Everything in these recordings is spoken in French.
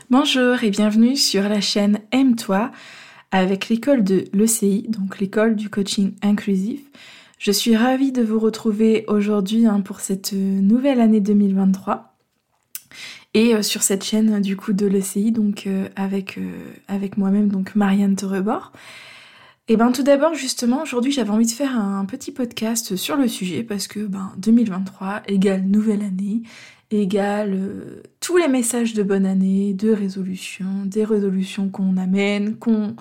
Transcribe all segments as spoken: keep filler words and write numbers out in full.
Bonjour et bienvenue sur la chaîne Aime-toi avec l'école de l'E C I, donc l'école du coaching inclusif. Je suis ravie de vous retrouver aujourd'hui hein, pour cette nouvelle année deux mille vingt-trois et euh, sur cette chaîne du coup de l'E C I, donc euh, avec, euh, avec moi-même, donc Marianne Torebord. Et ben tout d'abord justement aujourd'hui j'avais envie de faire un petit podcast sur le sujet parce que ben deux mille vingt-trois égale nouvelle année, égale euh, tous les messages de bonne année, de résolution, des résolutions qu'on amène, qu'on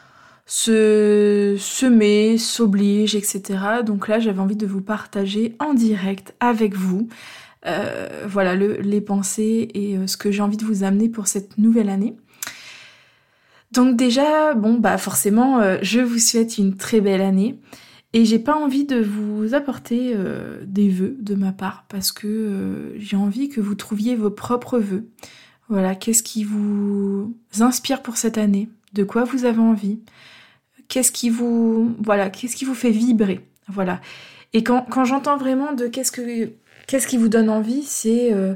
se, se met, s'oblige, et cetera. Donc là j'avais envie de vous partager en direct avec vous euh, voilà le, les pensées et euh, ce que j'ai envie de vous amener pour cette nouvelle année. Donc déjà, bon bah forcément, euh, je vous souhaite une très belle année et j'ai pas envie de vous apporter euh, des vœux de ma part parce que euh, j'ai envie que vous trouviez vos propres vœux. Voilà, qu'est-ce qui vous inspire pour cette année? De quoi vous avez envie? Qu'est-ce qui vous, voilà, qu'est-ce qui vous fait vibrer? Voilà. Et quand, quand j'entends vraiment de qu'est-ce que, qu'est-ce qui vous donne envie, c'est euh,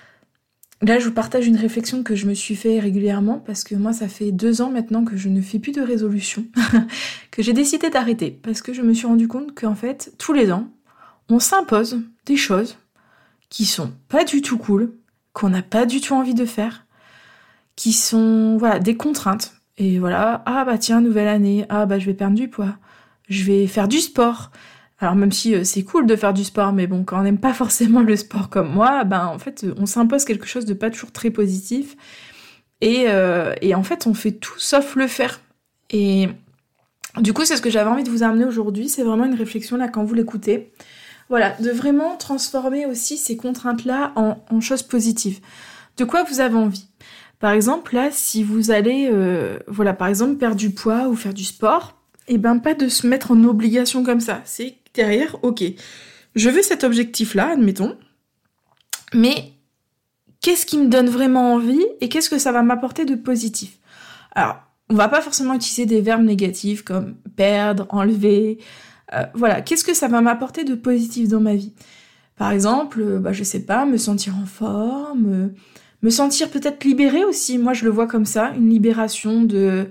là, je vous partage une réflexion que je me suis fait régulièrement parce que moi, ça fait deux ans maintenant que je ne fais plus de résolution, que j'ai décidé d'arrêter parce que je me suis rendu compte qu'en fait, tous les ans, on s'impose des choses qui sont pas du tout cool, qu'on n'a pas du tout envie de faire, qui sont voilà des contraintes. Et voilà, ah bah tiens, nouvelle année, ah bah je vais perdre du poids, je vais faire du sport. Alors même si euh, c'est cool de faire du sport, mais bon, quand on n'aime pas forcément le sport comme moi, ben en fait, on s'impose quelque chose de pas toujours très positif. Et, euh, et en fait, on fait tout sauf le faire. Et du coup, c'est ce que j'avais envie de vous amener aujourd'hui. C'est vraiment une réflexion là quand vous l'écoutez. Voilà, de vraiment transformer aussi ces contraintes-là en, en choses positives. De quoi vous avez envie? Par exemple, là, si vous allez, euh, voilà, par exemple, perdre du poids ou faire du sport, et ben pas de se mettre en obligation comme ça. C'est derrière, ok, je veux cet objectif-là, admettons, mais qu'est-ce qui me donne vraiment envie et qu'est-ce que ça va m'apporter de positif? Alors, on va pas forcément utiliser des verbes négatifs comme perdre, enlever, euh, voilà, qu'est-ce que ça va m'apporter de positif dans ma vie? Par exemple, euh, bah, je sais pas, me sentir en forme, euh, me sentir peut-être libérée aussi, moi je le vois comme ça, une libération de...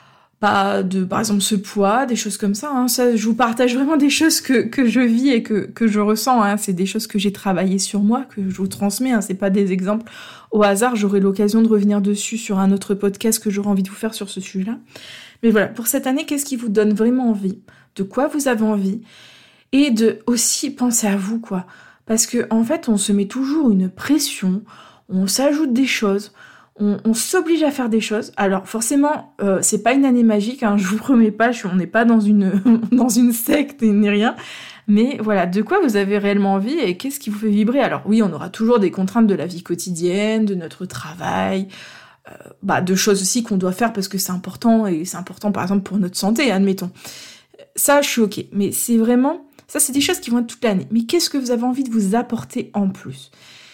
pas de, par exemple, ce poids, des choses comme ça, hein. Ça, je vous partage vraiment des choses que, que je vis et que, que je ressens, hein. C'est des choses que j'ai travaillées sur moi, que je vous transmets, hein. C'est pas des exemples au hasard, j'aurai l'occasion de revenir dessus sur un autre podcast que j'aurai envie de vous faire sur ce sujet-là. Mais voilà, pour cette année, qu'est-ce qui vous donne vraiment envie? De quoi vous avez envie? Et de aussi penser à vous, quoi. Parce que, en fait, on se met toujours une pression, on s'ajoute des choses, On, on s'oblige à faire des choses. Alors forcément, euh, c'est pas une année magique, hein, je vous promets pas, je, on n'est pas dans une, dans une secte ni rien. Mais voilà, de quoi vous avez réellement envie et qu'est-ce qui vous fait vibrer? Alors oui, on aura toujours des contraintes de la vie quotidienne, de notre travail, euh, bah, de choses aussi qu'on doit faire parce que c'est important, et c'est important par exemple pour notre santé, admettons. Ça, je suis ok. Mais c'est vraiment... Ça, c'est des choses qui vont être toute l'année. Mais qu'est-ce que vous avez envie de vous apporter en plus?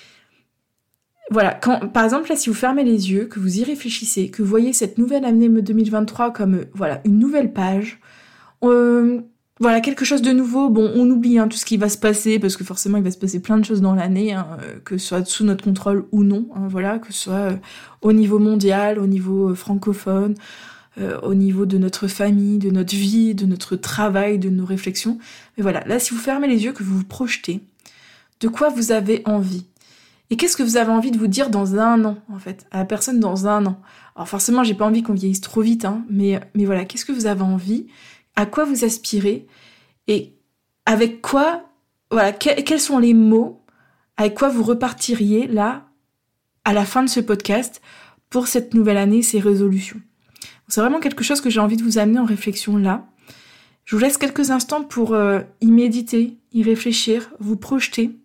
Voilà, quand, par exemple, là, si vous fermez les yeux, que vous y réfléchissez, que vous voyez cette nouvelle année deux mille vingt-trois comme, euh, voilà, une nouvelle page, euh, voilà, quelque chose de nouveau, bon, on oublie hein, tout ce qui va se passer, parce que forcément, il va se passer plein de choses dans l'année, hein, euh, que ce soit sous notre contrôle ou non, hein, voilà, que ce soit euh, au niveau mondial, au niveau euh, francophone, euh, au niveau de notre famille, de notre vie, de notre travail, de nos réflexions. Mais voilà, là, si vous fermez les yeux, que vous vous projetez, de quoi vous avez envie? Et qu'est-ce que vous avez envie de vous dire dans un an, en fait, à la personne dans un an? Alors forcément, j'ai pas envie qu'on vieillisse trop vite, hein, mais, mais voilà, qu'est-ce que vous avez envie? À quoi vous aspirez? Et avec quoi, voilà, que, quels sont les mots avec quoi vous repartiriez, là, à la fin de ce podcast, pour cette nouvelle année, ces résolutions? C'est vraiment quelque chose que j'ai envie de vous amener en réflexion, là. Je vous laisse quelques instants pour euh, y méditer, y réfléchir, vous projeter,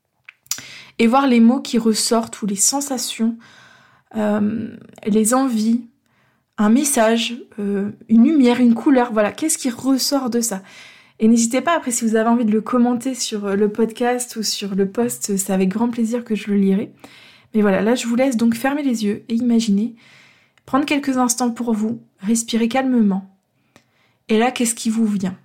et voir les mots qui ressortent ou les sensations, euh, les envies, un message, euh, une lumière, une couleur, voilà, qu'est-ce qui ressort de ça? Et n'hésitez pas, après, si vous avez envie de le commenter sur le podcast ou sur le post, c'est avec grand plaisir que je le lirai. Mais voilà, là, je vous laisse donc fermer les yeux et imaginer, prendre quelques instants pour vous, respirer calmement. Et là, qu'est-ce qui vous vient?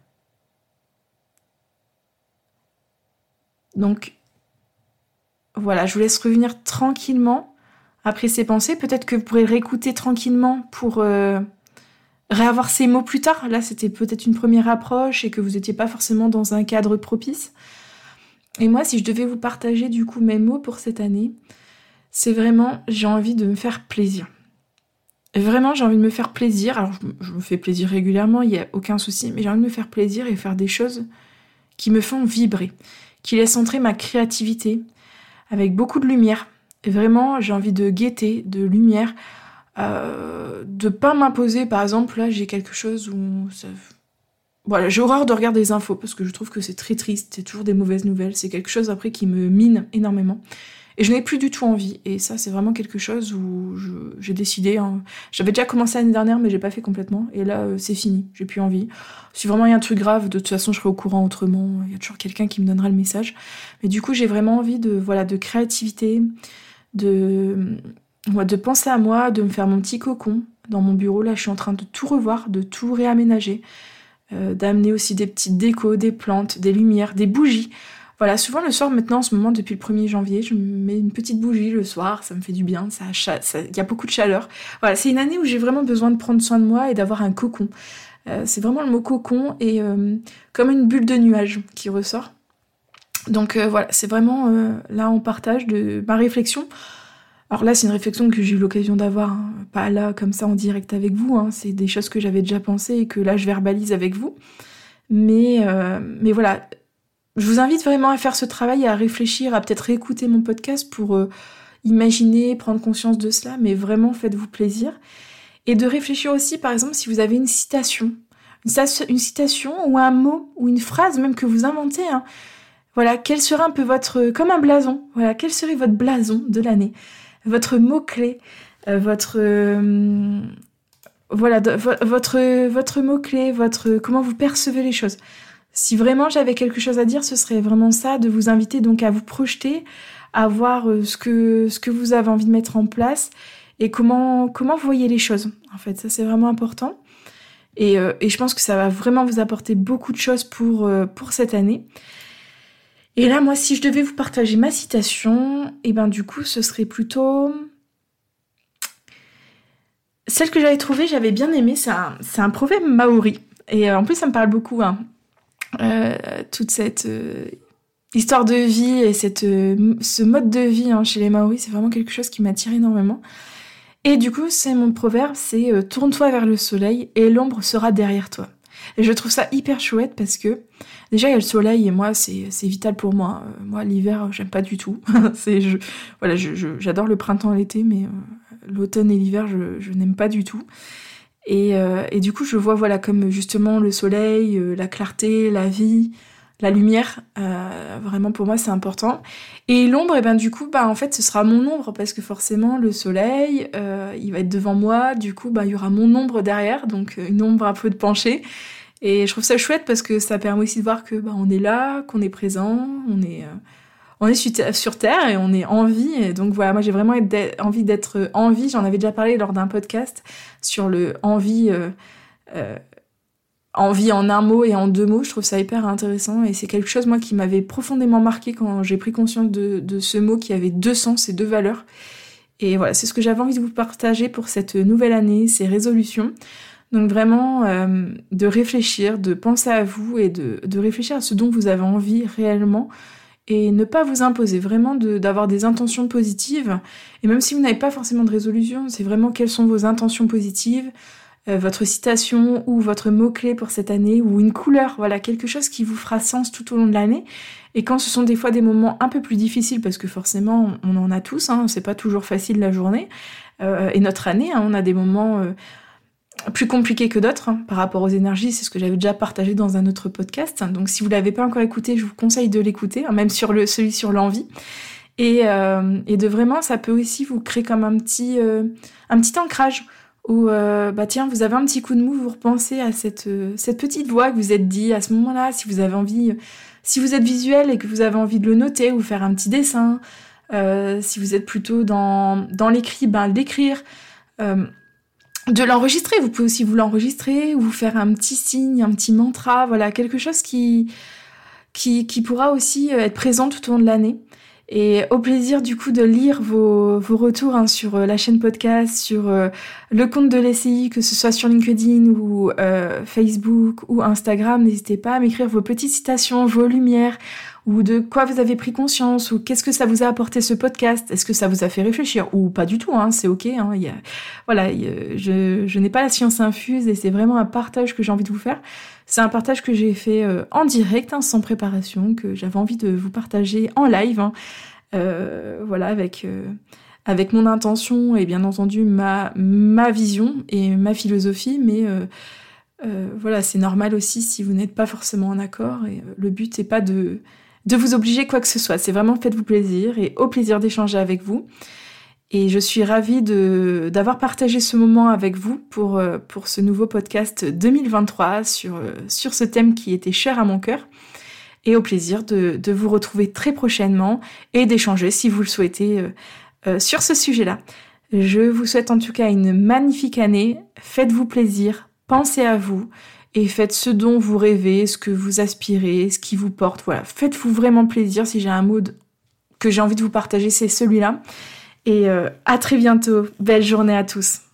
Donc, voilà, je vous laisse revenir tranquillement après ces pensées. Peut-être que vous pourrez le réécouter tranquillement pour euh, réavoir ces mots plus tard. Là, c'était peut-être une première approche et que vous n'étiez pas forcément dans un cadre propice. Et moi, si je devais vous partager du coup mes mots pour cette année, c'est vraiment, j'ai envie de me faire plaisir. Vraiment, j'ai envie de me faire plaisir. Alors, je, je me fais plaisir régulièrement, il n'y a aucun souci, mais j'ai envie de me faire plaisir et faire des choses qui me font vibrer, qui laissent entrer ma créativité avec beaucoup de lumière. Et vraiment, j'ai envie de gaieté, de lumière, euh, de pas m'imposer. Par exemple, là, j'ai quelque chose où... Ça... Voilà, j'ai horreur de regarder les infos parce que je trouve que c'est très triste, c'est toujours des mauvaises nouvelles, c'est quelque chose après qui me mine énormément. Et je n'ai plus du tout envie. Et ça, c'est vraiment quelque chose où je, j'ai décidé. Hein. J'avais déjà commencé l'année dernière, mais j'ai pas fait complètement. Et là, euh, c'est fini. J'ai plus envie. Si vraiment il y a un truc grave, de toute façon, je serai au courant autrement. Il y a toujours quelqu'un qui me donnera le message. Mais du coup, j'ai vraiment envie de, voilà, de créativité, de, ouais, de penser à moi, de me faire mon petit cocon dans mon bureau. Là, je suis en train de tout revoir, de tout réaménager, euh, d'amener aussi des petites décos, des plantes, des lumières, des bougies. Voilà, souvent le soir maintenant, en ce moment, depuis le premier janvier, je me mets une petite bougie le soir, ça me fait du bien, ça, ça, il y a beaucoup de chaleur. Voilà, c'est une année où j'ai vraiment besoin de prendre soin de moi et d'avoir un cocon. Euh, c'est vraiment le mot cocon et euh, comme une bulle de nuage qui ressort. Donc euh, voilà, c'est vraiment euh, là en partage de ma réflexion. Alors là, c'est une réflexion que j'ai eu l'occasion d'avoir, hein, pas là comme ça en direct avec vous, hein, c'est des choses que j'avais déjà pensées et que là je verbalise avec vous. Mais, euh, mais voilà... Je vous invite vraiment à faire ce travail, à réfléchir, à peut-être réécouter mon podcast pour euh, imaginer, prendre conscience de cela, mais vraiment faites-vous plaisir. Et de réfléchir aussi, par exemple, si vous avez une citation, une, une citation ou un mot ou une phrase même que vous inventez, hein. Voilà, quel serait un peu votre... comme un blason, voilà, quel serait votre blason de l'année, votre mot-clé, euh, votre... Euh, voilà, de, vo- votre, votre mot-clé, votre... comment vous percevez les choses. Si vraiment j'avais quelque chose à dire, ce serait vraiment ça, de vous inviter donc à vous projeter, à voir ce que, ce que vous avez envie de mettre en place et comment, comment vous voyez les choses. En fait, ça c'est vraiment important. Et, euh, et je pense que ça va vraiment vous apporter beaucoup de choses pour, euh, pour cette année. Et là, moi, si je devais vous partager ma citation, et ben du coup, ce serait plutôt... Celle que j'avais trouvée, j'avais bien aimé, c'est un, c'est un proverbe maori. Et euh, en plus, ça me parle beaucoup, hein. Euh, toute cette euh, histoire de vie et cette, euh, ce mode de vie hein, chez les Maoris, c'est vraiment quelque chose qui m'attire énormément. Et du coup, c'est mon proverbe, c'est euh, tourne-toi vers le soleil et l'ombre sera derrière toi. Et je trouve ça hyper chouette parce que déjà il y a le soleil et moi c'est, c'est vital pour moi. Euh, moi l'hiver j'aime pas du tout. c'est, je, voilà, je, je, j'adore le printemps et l'été, mais euh, l'automne et l'hiver je, je n'aime pas du tout. Et, euh, et du coup, je vois voilà comme justement le soleil, euh, la clarté, la vie, la lumière. Euh, vraiment, pour moi, c'est important. Et l'ombre, et ben du coup, bah en fait, ce sera mon ombre parce que forcément, le soleil, euh, il va être devant moi. Du coup, bah il y aura mon ombre derrière, donc une ombre un peu de penchée. Et je trouve ça chouette parce que ça permet aussi de voir que bah on est là, qu'on est présent, on est euh, on est sur Terre et on est en vie. Et donc voilà, moi j'ai vraiment envie d'être en vie. J'en avais déjà parlé lors d'un podcast sur le envie, euh, euh, envie en un mot et en deux mots. Je trouve ça hyper intéressant et c'est quelque chose moi qui m'avait profondément marqué quand j'ai pris conscience de, de ce mot qui avait deux sens et deux valeurs. Et voilà, c'est ce que j'avais envie de vous partager pour cette nouvelle année, ces résolutions. Donc vraiment, euh, de réfléchir, de penser à vous et de, de réfléchir à ce dont vous avez envie réellement. Et ne pas vous imposer, vraiment de, d'avoir des intentions positives. Et même si vous n'avez pas forcément de résolution, c'est vraiment quelles sont vos intentions positives, euh, votre citation ou votre mot-clé pour cette année, ou une couleur, voilà, quelque chose qui vous fera sens tout au long de l'année. Et quand ce sont des fois des moments un peu plus difficiles, parce que forcément, on en a tous, hein, c'est pas toujours facile la journée, euh, et notre année, hein, on a des moments... Euh, plus compliqué que d'autres hein, par rapport aux énergies, c'est ce que j'avais déjà partagé dans un autre podcast. Donc si vous l'avez pas encore écouté, je vous conseille de l'écouter, hein, même sur le celui sur l'envie. Et, euh, et de vraiment, ça peut aussi vous créer comme un petit euh, un petit ancrage où euh, bah tiens, vous avez un petit coup de mou, vous repensez à cette euh, cette petite voix que vous êtes dit à ce moment-là. Si vous avez envie, si vous êtes visuel et que vous avez envie de le noter ou faire un petit dessin, euh, si vous êtes plutôt dans dans l'écrit, ben l'écrire. Euh, de l'enregistrer, vous pouvez aussi vous l'enregistrer ou vous faire un petit signe, un petit mantra, voilà, quelque chose qui, qui, qui pourra aussi être présent tout au long de l'année Et au plaisir du coup de lire vos, vos retours hein, sur euh, la chaîne podcast, sur euh, le compte de l'S C I, que ce soit sur LinkedIn ou euh, Facebook ou Instagram. N'hésitez pas à m'écrire vos petites citations, vos lumières, ou de quoi vous avez pris conscience, ou qu'est-ce que ça vous a apporté ce podcast. Est-ce que ça vous a fait réfléchir ou pas du tout, hein, c'est ok. Hein, y a, voilà, y a, je, je n'ai pas la science infuse et c'est vraiment un partage que j'ai envie de vous faire. C'est un partage que j'ai fait euh, en direct, hein, sans préparation, que j'avais envie de vous partager en live. Hein, euh, voilà, avec, euh, avec mon intention et bien entendu ma, ma vision et ma philosophie, mais euh, euh, voilà, c'est normal aussi si vous n'êtes pas forcément en accord. Et euh, le but, c'est pas de, de vous obliger quoi que ce soit, c'est vraiment faites-vous plaisir et au plaisir d'échanger avec vous. Et je suis ravie de, d'avoir partagé ce moment avec vous pour, pour ce nouveau podcast deux mille vingt-trois sur, sur ce thème qui était cher à mon cœur. Et au plaisir de, de vous retrouver très prochainement et d'échanger si vous le souhaitez euh, euh, sur ce sujet-là. Je vous souhaite en tout cas une magnifique année. Faites-vous plaisir, pensez à vous et faites ce dont vous rêvez, ce que vous aspirez, ce qui vous porte. Voilà, faites-vous vraiment plaisir. Si j'ai un mot de, que j'ai envie de vous partager, c'est celui-là. Et euh, à très bientôt. Belle journée à tous.